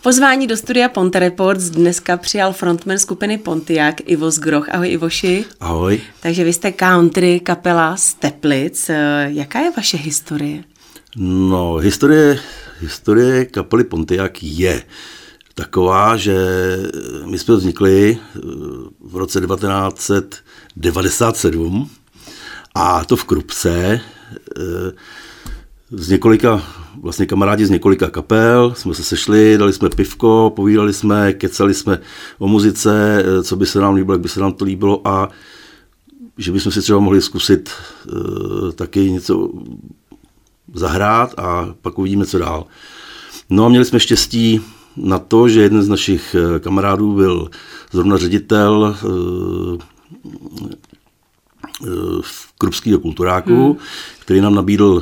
Pozvání do studia Ponte Reports dneska přijal frontman skupiny Pontiac Ivo Zgroch. Ahoj Ivoši. Ahoj. Takže vy jste country kapela z Teplic. Jaká je vaše historie? No, historie kapely Pontiac je taková, že my jsme vznikli v roce 1997 a to v Krupce z několika, vlastně kamarádi z několika kapel, jsme se sešli, dali jsme pivko, povídali jsme, kecali jsme o muzice, co by se nám líbilo, jak by se nám to líbilo a že bychom si třeba mohli zkusit taky něco zahrát a pak uvidíme, co dál. No a měli jsme štěstí na to, že jeden z našich kamarádů byl zrovna ředitel v Krupského kulturáku, který nám nabídl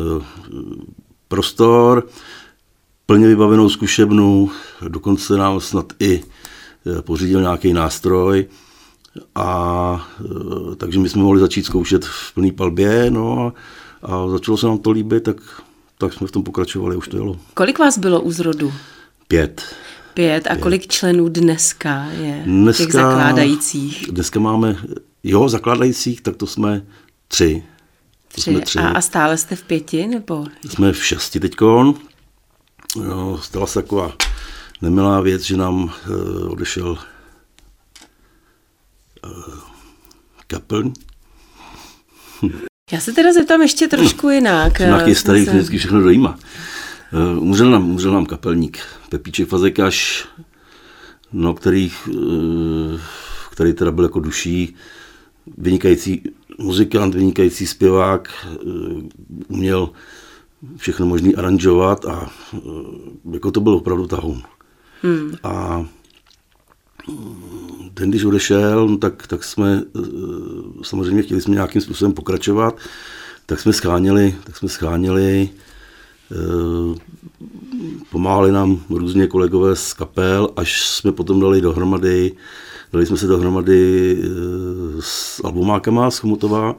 prostor, plně vybavenou zkušebnu, dokonce nám snad i pořídil nějaký nástroj, a takže my jsme mohli začít zkoušet v plný palbě, no a začalo se nám to líbit, tak jsme v tom pokračovali, už to jelo. Kolik vás bylo u zrodu? 5. A kolik členů dneska je těch zakládajících? Dneska máme, zakládajících, tak to jsme 3. A stále jste v 5, nebo? Jsme v 6 teďkon. No, stala se taková nemilá věc, že nám odešel kapelník. Já se teda zeptám ještě trošku jinak. Nějaký starý vždycky všechno dojíma. Umřel nám kapelník Pepíček Fazekaš, no, který teda byl jako duší, vynikající muzikant, vynikající zpěvák, uměl všechno možný aranžovat a jako to byl opravdu tahoun. A ten, když odešel, tak jsme samozřejmě chtěli jsme nějakým způsobem pokračovat, tak jsme scháněli, pomáhali nám různě kolegové z kapel, až jsme potom dali jsme se dohromady s albumákama z Chomutova,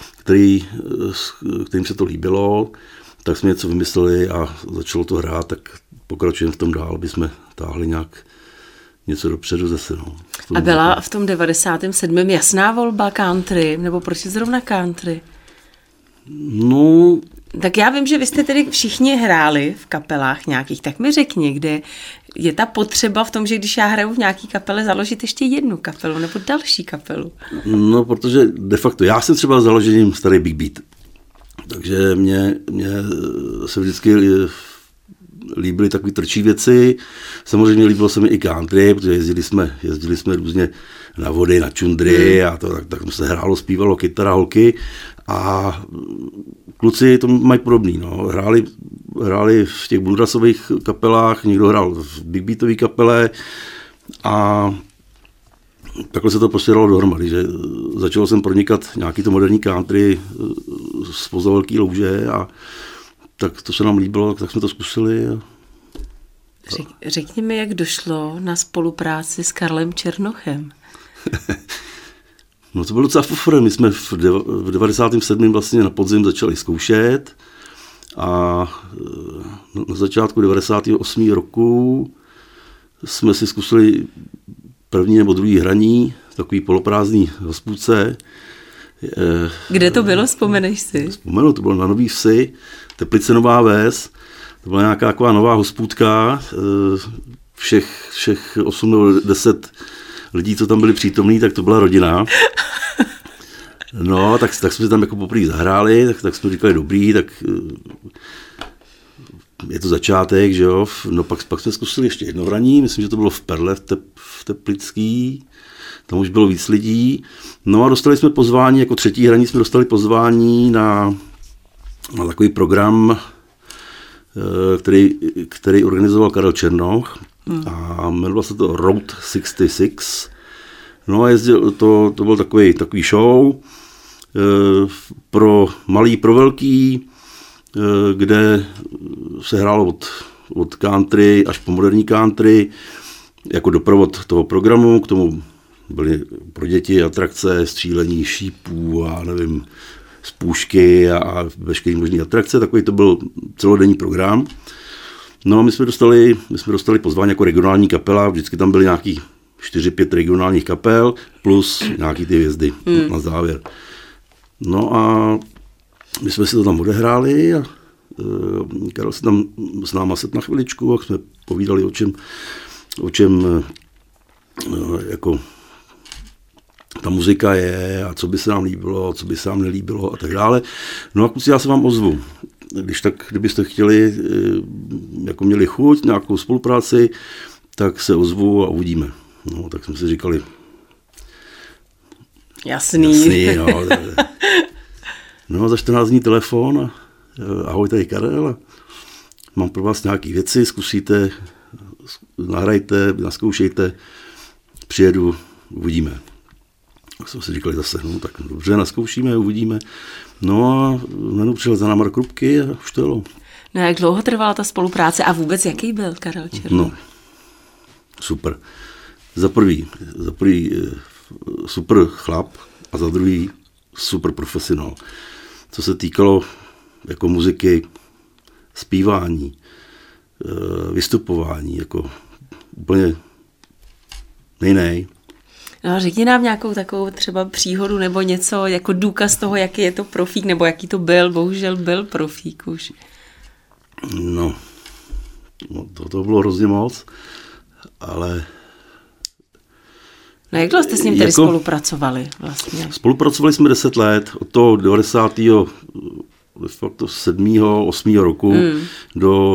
kterým se to líbilo, tak jsme něco vymysleli a začalo to hrát, tak pokračujeme v tom dál, aby jsme táhli nějak něco dopředu zase. No. A byla v tom 97. jasná volba country, nebo proč zrovna country? No... Tak já vím, že vy jste tedy všichni hráli v kapelách nějakých, tak mi řekni, kde je ta potřeba v tom, že když já hraju v nějaký kapele, založit ještě jednu kapelu nebo další kapelu? No, protože de facto, já jsem třeba založením starý Big Beat, takže mě se vždycky líbily takové trčí věci. Samozřejmě líbilo se mi i country, protože jezdili jsme různě na vody, na čundry a to, tak se hrálo, zpívalo kytara, holky a kluci to mají podobný. No. Hráli v těch bluegrassových kapelách, někdo hrál v big beatové kapele a takhle se to prostě dalo dohromady, že začal jsem pronikat nějaký to moderní country spoza Velký Louže a tak to se nám líbilo, tak jsme to zkusili. Řekni mi, jak došlo na spolupráci s Karlem Černochem. No to bylo docela fofr. My jsme v 97. vlastně na podzim začali zkoušet a na začátku 98. roku jsme si zkusili první nebo druhý hraní, takový poloprázdný hospůdce. Kde to bylo, vzpomeneš si? Vzpomenu, to bylo na Nový Vsi, Teplice Nová Ves. To byla nějaká taková nová hospůdka, všech 8 nebo 10 lidí, co tam byli přítomní, tak to byla rodina. No, tak jsme si tam jako poprvé zahráli, tak jsme říkali dobrý, tak je to začátek, že jo. No pak jsme zkusili ještě jedno hraní, myslím, že to bylo v Perle v Teplický, tam už bylo víc lidí. No a dostali jsme pozvání, jako třetí hraní jsme dostali pozvání na takový program, který organizoval Karel Černoch a jmenoval se to Road 66. No a to byl takový show pro malý, pro velký, kde se hrálo od country až po moderní country, jako doprovod toho programu, k tomu byly pro děti atrakce, střílení šípů a nevím, z půšky a veškerý možný atrakce, takový to byl celodenní program. No a my jsme dostali pozvání jako regionální kapela, vždycky tam byly nějaký 4-5 regionálních kapel plus nějaký ty hvězdy na závěr. No a my jsme si to tam odehráli a Karel se tam s náma set na chviličku a jsme povídali o čem jako ta muzika je a co by se nám líbilo, co by se nám nelíbilo a tak dále. No a kluci, já se vám ozvu. Kdybyste chtěli, jako měli chuť, nějakou spolupráci, tak se ozvu a uvidíme. No, tak jsme si říkali. Jasný jo. No a za 14 dní telefon a ahoj, tady Karel a mám pro vás nějaké věci, zkusíte, nahrajte, naskoušejte, přijedu, uvidíme. Tak jsme si říkali zase, no tak dobře, naskoušíme, uvidíme. No a jméno přijel za náma do Krupky a už to jelo. No jak dlouho trvala ta spolupráce a vůbec jaký byl Karel Černoch? No, super. Za prvý super chlap a za druhý super profesionál. Co se týkalo jako muziky, zpívání, vystupování, jako úplně nej. No, řekni nám nějakou takovou třeba příhodu nebo něco jako důkaz toho, jaký je to profík, nebo jaký to byl, bohužel byl profík už. No to bylo hrozně moc, ale... No jak dlouho jste s ním tedy spolupracovali vlastně? Spolupracovali jsme 10 let, od toho 97. 8. roku do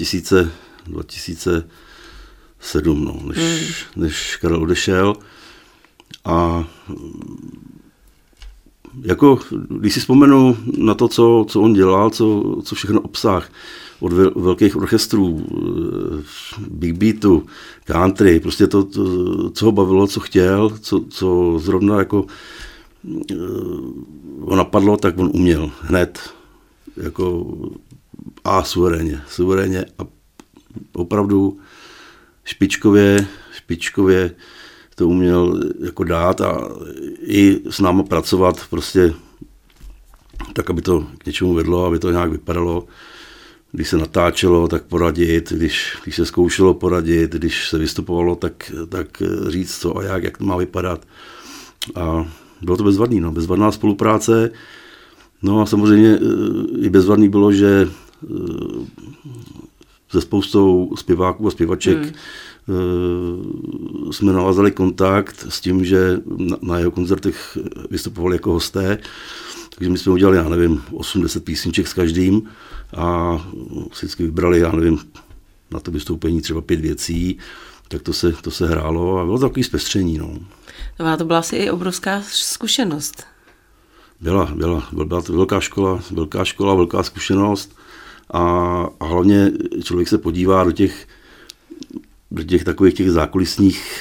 2007, no, než Karel odešel. A jako, když si vzpomenu na to, co on dělal, co všechno obsah, od velkých orchestrů, big beatu, country, prostě to, co ho bavilo, co chtěl, co zrovna jako ho napadlo, tak on uměl hned, jako a suverénně a opravdu špičkově to uměl jako dát a i s náma pracovat prostě tak, aby to k něčemu vedlo, aby to nějak vypadalo. Když se natáčelo, tak poradit, když se zkoušelo poradit, když se vystupovalo, tak říct co a jak to má vypadat. A bylo to bezvadný, no, bezvadná spolupráce. No a samozřejmě i bezvadný bylo, že se spoustou zpěváků a zpěvaček jsme navázali kontakt s tím, že na jeho koncertech vystupovali jako hosté. Takže my jsme udělali, 80 písniček s každým a vždycky vybrali, na to vystoupení třeba 5 věcí, tak to se hrálo a bylo to takový zpestření. No. No, to byla asi i obrovská zkušenost. Byla to velká škola, velká zkušenost a hlavně člověk se podívá do těch takových těch zákulisních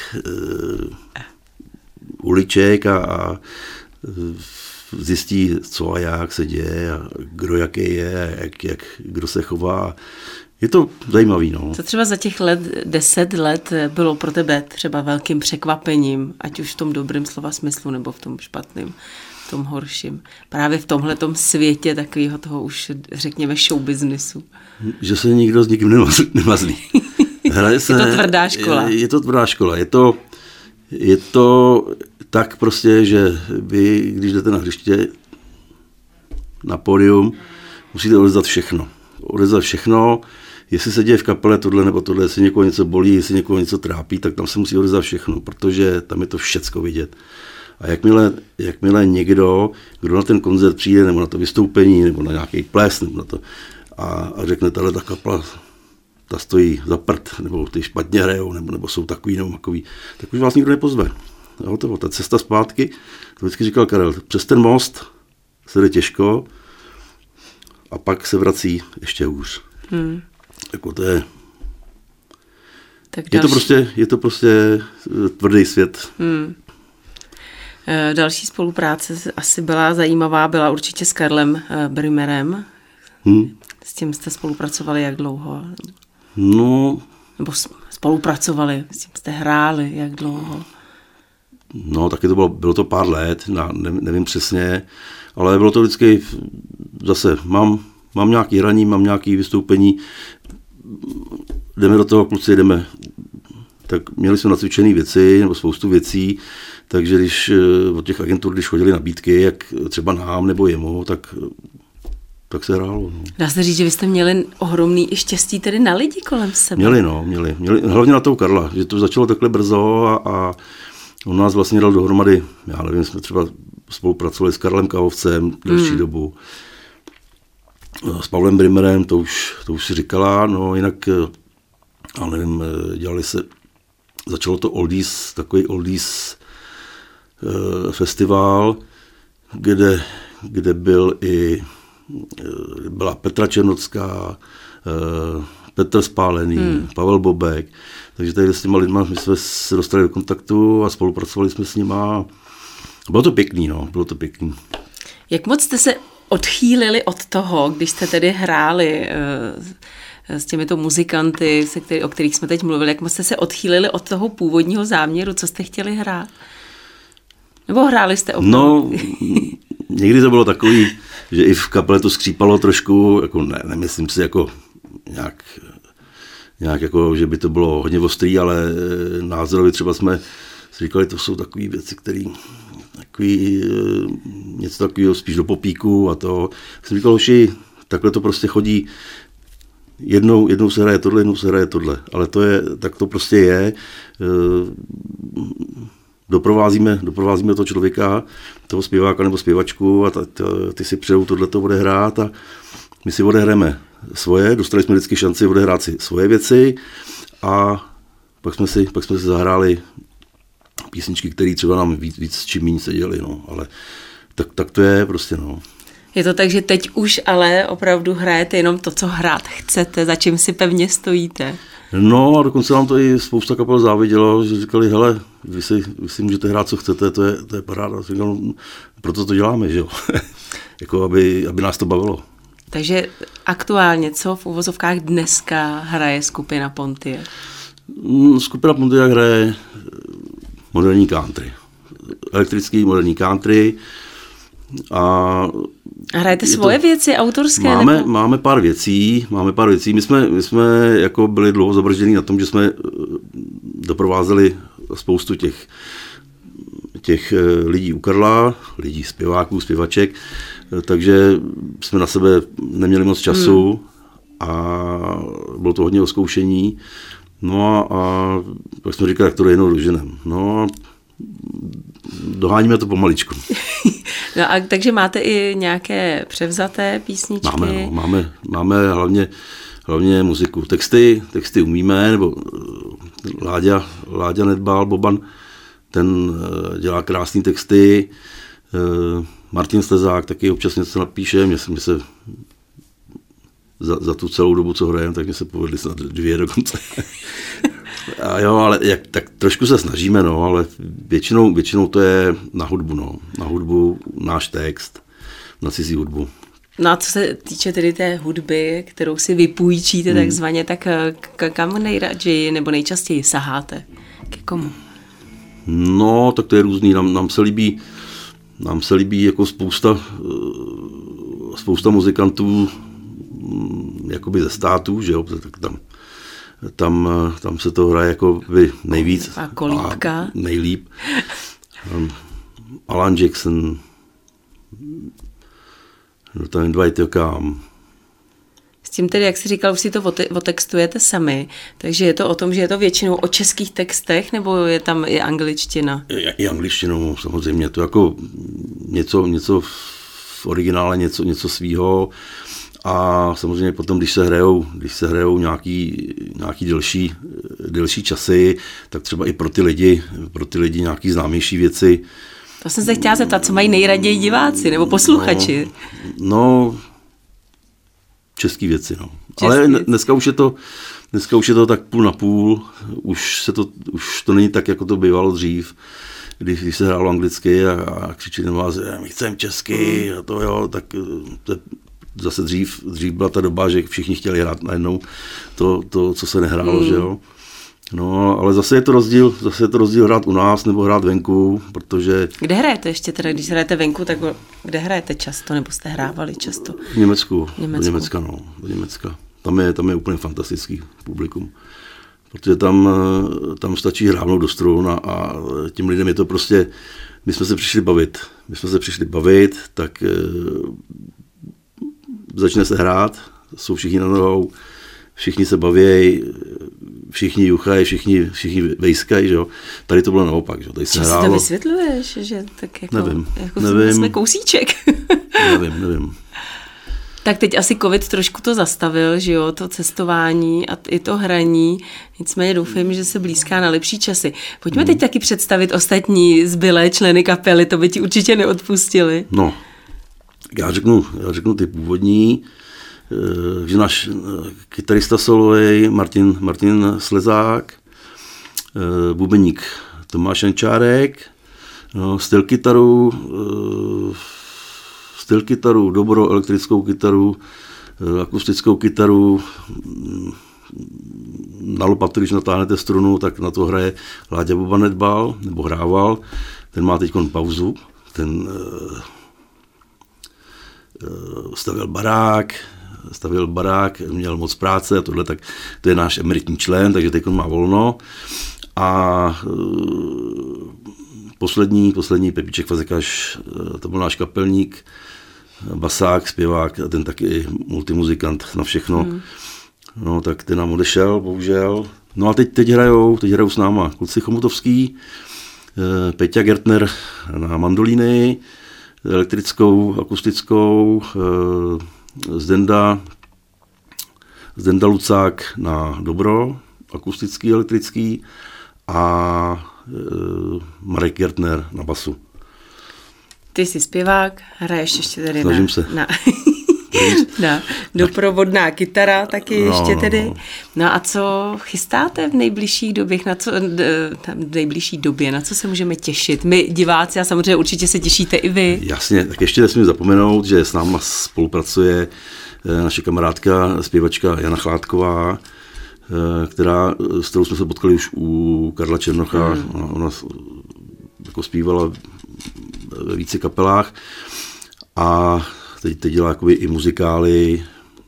uliček a zjistí, co a jak se děje a kdo jaký je, jak kdo se chová. Je to zajímavý, no. Co třeba za těch 10 let bylo pro tebe třeba velkým překvapením, ať už v tom dobrém slova smyslu, nebo v tom špatném, v tom horším. Právě v tomhletom světě takového toho už, řekněme, showbiznisu. Že se nikdo s nikým nemazlí. Je to tvrdá škola. Je to tvrdá škola. Je to tak prostě, že vy, když jdete na hřiště, na pódium, musíte odezdat všechno. Jestli se děje v kapele tohle nebo tohle, jestli někoho něco bolí, jestli někoho něco trápí, tak tam se musí odezdat všechno, protože tam je to všecko vidět. A jakmile někdo, kdo na ten koncert přijde, nebo na to vystoupení, nebo na nějaký ples, nebo na to, a řekne, tahle ta kapela, ta stojí za prd, nebo ty špatně hrajou, nebo jsou takový nebo makový, tak už vás nikdo nepozve. Hotovo, ta cesta zpátky, to vždycky říkal Karel, přes ten most se jde těžko a pak se vrací ještě hůř. Jako to je... Je to prostě tvrdý svět. Další spolupráce asi byla zajímavá, byla určitě s Karlem Brymerem. S tím jste spolupracovali jak dlouho? No... Nebo spolupracovali, s tím jste hráli jak dlouho? No, taky bylo to pár let, nevím přesně, ale bylo to vždycky zase, mám nějaký hraní, mám nějaké vystoupení, jdeme do toho, kluci, jdeme. Tak měli jsme nacvičené věci, nebo spoustu věcí, takže když od těch agentur, když chodili nabídky, jak třeba nám nebo jemu, tak se hrálo. No. Dá se říct, že vy jste měli ohromný i štěstí tedy na lidi kolem sebe. Měli. Hlavně na toho Karla, že to začalo takhle brzo a on nás vlastně dal dohromady, já nevím, jsme třeba spolupracovali s Karlem Kahovcem delší dobu, s Pavlem Brimmerem, to už si říkala, no jinak, já nevím, začalo to Oldies, takový Oldies festival, kde byla Petra Černocká, Petr Spálený, Pavel Bobek, takže tady s těma lidma my jsme se dostali do kontaktu a spolupracovali jsme s nima. Bylo to pěkný, bylo to pěkný. Jak moc jste se odchýlili od toho, když jste tedy hráli s těmito muzikanty, o kterých jsme teď mluvili, jak moc jste se odchýlili od toho původního záměru, co jste chtěli hrát? Nebo hráli jste opravdu? No, někdy to bylo takový, že i v kapele to skřípalo trošku, jako nemyslím si jako nějak jako, že by to bylo hodně ostrý, ale názorově třeba jsme si říkali, to jsou takové věci, které něco takového spíš do popíku a to. Jsem říkal, že takhle to prostě chodí, jednou se hraje tohle, jednou se hraje tohle, ale tak to prostě je. Doprovázíme toho člověka, toho zpěváka nebo zpěvačku a ty si přejou tohleto odehrát a my si odehrajeme svoje, dostali jsme vždycky šanci odehrát si svoje věci a pak jsme si zahráli písničky, které třeba nám víc či méně seděly, ale tak to je prostě, Je to tak, že teď už ale opravdu hrajete jenom to, co hrát chcete, za čím si pevně stojíte? No a dokonce nám to i spousta kapel závidělo, že říkali, hele, vy si můžete hrát, co chcete, to je paráda. Říkal, proto to děláme, že jo, jako aby nás to bavilo. Takže aktuálně, co v uvozovkách dneska hraje skupina Pontiac? Skupina Pontiac hraje moderní country. Elektrický moderní country. A hrajete svoje věci, autorské? Máme pár věcí. My jsme jako byli dlouho zabrždění na tom, že jsme doprovázeli spoustu těch lidí u Karla, zpěváků, zpěvaček, takže jsme na sebe neměli moc času a bylo to hodně o zkoušení. No a pak jsme říkali, jak to jednou doženem. No a doháníme to pomaličku. No a takže máte i nějaké převzaté písničky? Máme hlavně muziku. Texty umíme, nebo Láďa Nedbal, Boban, ten dělá krásné texty. Martin Slezák taky občas něco napíše, mě se za tu celou dobu, co hrajeme, tak mě se povedly snad 2 dokonce. A jo, ale tak trošku se snažíme, ale většinou to je na hudbu, na hudbu, náš text, na cizí hudbu. No a co se týče tedy té hudby, kterou si vypůjčíte takzvaně, tak kam nejradši nebo nejčastěji saháte? Ke komu? No, tak to je různý. Nám se líbí jako spousta muzikantů jakoby ze států, že jo, tak tam se to hraje jako nejvíc. A kolíbka. A nejlíp. Alan Jackson, tam Dwight Yoakam. S tím tedy, jak jsi říkal, už si to otextujete sami, takže je to o tom, že je to většinou o českých textech, nebo je tam i angličtina? I angličtinou, samozřejmě. To jako něco v originále, něco svýho. A samozřejmě potom, když se hrajou nějaký delší časy, tak třeba i pro ty lidi nějaký známější věci. To jsem se chtěla zeptat, co mají nejraději diváci nebo posluchači? No český věci, Ale dneska už je to tak půl na půl, už to není tak, jako to bývalo dřív, když se hrálo anglicky a křičí na vás, my chceme česky a to jo, tak zase dřív byla ta doba, že všichni chtěli hrát najednou to co se nehrálo, že jo. No, ale zase je to rozdíl hrát u nás nebo hrát venku, protože... Kde hrajete ještě teda, když hrajete venku, tak kde hrajete často, nebo jste hrávali často? V Německu. Do Německa. tam je úplně fantastický publikum. Protože tam stačí hrábnout do strun a těm lidem je to prostě, my jsme se přišli bavit, tak začne se hrát, jsou všichni na nohou, všichni se baví, všichni juchají, všichni vejskají, že jo. Tady to bylo naopak, že jo. Tady se hrálo. Si to vysvětluješ, že tak jako, nevím. jsme kousíček. nevím. Tak teď asi covid trošku to zastavil, že jo, to cestování a i to hraní, nicméně doufám, že se blízká na lepší časy. Pojďme teď taky představit ostatní zbylé členy kapely, to by ti určitě neodpustili. No, já řeknu ty původní, že náš kytarista solový Martin Slezák, bubeník Tomáš Jančárek, no, styl kytaru, dobro, elektrickou kytaru, akustickou kytaru, na lopatu, když natáhnete strunu, tak na to hraje Láďa Boba Nedbal, nebo hrával, ten má teď pauzu, ten stavil barák, měl moc práce a tohle, tak to je náš emeritní člen, takže teď má volno. A poslední Pepíček Fazekaš, to byl náš kapelník, basák, zpěvák a ten taky multimuzikant na všechno. No tak ten nám odešel, bohužel. No a teď hrajou s náma kluci Chomutovský, Peťa Gertner na mandolíny, elektrickou, akustickou, Zdenda Lucák na dobro, akustický, elektrický a Marek Gertner na basu. Ty jsi zpěvák, hraješ ještě tedy Snažím se. na doprovodná kytara taky ještě tedy. No a co chystáte v nejbližší době, na co se můžeme těšit? My diváci a samozřejmě určitě se těšíte i vy. Jasně, tak ještě nesmím zapomenout, že s náma spolupracuje naše kamarádka, zpěvačka Jana Chládková, s kterou jsme se potkali už u Karla Černocha. Ona jako zpívala ve více kapelách a teď dělá jakoby i muzikály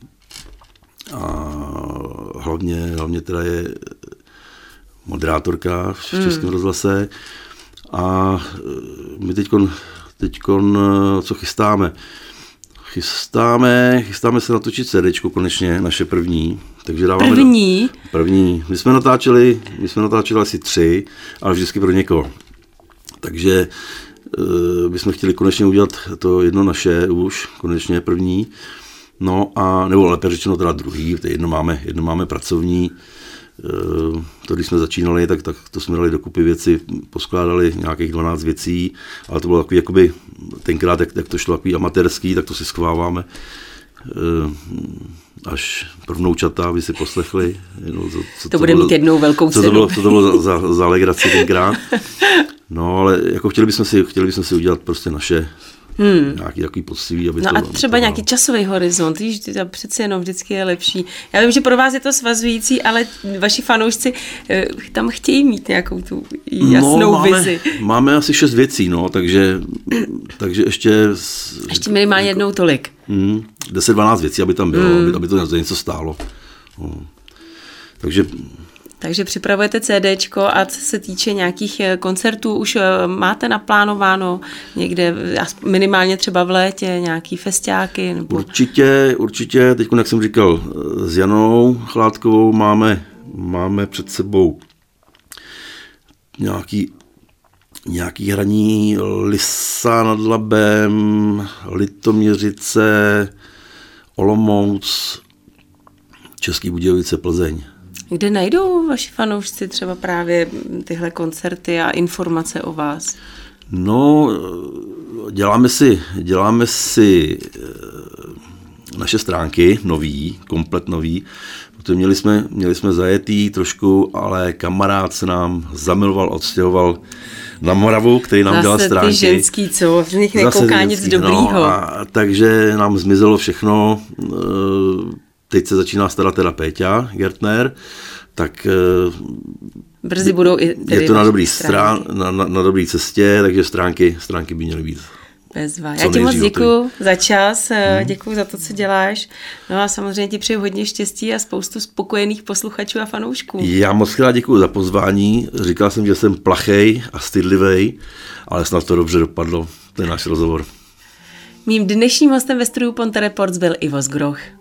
a hlavně teda je moderátorka v Českém rozhlase a my teďkon co chystáme? Chystáme se natočit CDčko konečně, naše první. Takže dáváme první. My jsme natáčeli asi 3, ale vždycky pro někoho. Takže bychom chtěli konečně udělat to jedno naše už, konečně první. No a, nebo lépe řečeno teda druhý, jedno máme pracovní. To, když jsme začínali, tak to jsme dali dokupy věci, poskládali nějakých 12 věcí, ale to bylo takový, jakoby tenkrát, jak to šlo takový amatérský, tak to si schováváme až pro vnoučata, aby si poslechli. To bude mít jednou velkou cenu. Co to bylo za legraci tenkrát. No, ale jako chtěli bychom si udělat prostě naše nějaký takový poctivý, aby no to... No a třeba nějaký časový horizont, víš, to přece jenom vždycky je lepší. Já vím, že pro vás je to svazující, ale vaši fanoušci tam chtějí mít nějakou tu jasnou vizi. Máme asi 6 věcí, no, takže ještě... Ještě minimálně jednou tolik. 10-12 věcí, aby tam bylo, aby to za něco stálo. No. Takže připravujete CDčko a co se týče nějakých koncertů, už máte naplánováno někde, minimálně třeba v létě, nějaký festiáky? Nebo... Určitě, teď, jak jsem říkal, s Janou Chládkovou máme před sebou nějaký hraní Lisa nad Labem, Litoměřice, Olomouc, Český Budějovice, Plzeň. Kde najdou vaši fanoušci třeba právě tyhle koncerty a informace o vás? No, děláme si naše stránky komplet nový, protože měli jsme zajetý trošku, ale kamarád se nám zamiloval, odstěhoval na Moravu, který nám dělal stránky. Zase ty ženský, co? Z nich nekouká nic dobrýho. No, a takže nám zmizelo všechno. Teď se začíná starat teda Péťa Gertner, tak brzy budou i je to na dobrý na dobrý cestě, takže stránky by měly být Bezva. Já ti moc děkuju za čas, děkuju za to, co děláš. No a samozřejmě ti přeju hodně štěstí a spoustu spokojených posluchačů a fanoušků. Já moc krát děkuju za pozvání. Říkal jsem, že jsem plachej a stydlivej, ale snad to dobře dopadlo, ten náš rozhovor. Mým dnešním hostem ve studiu Ponte Reports byl Ivo Zgroch.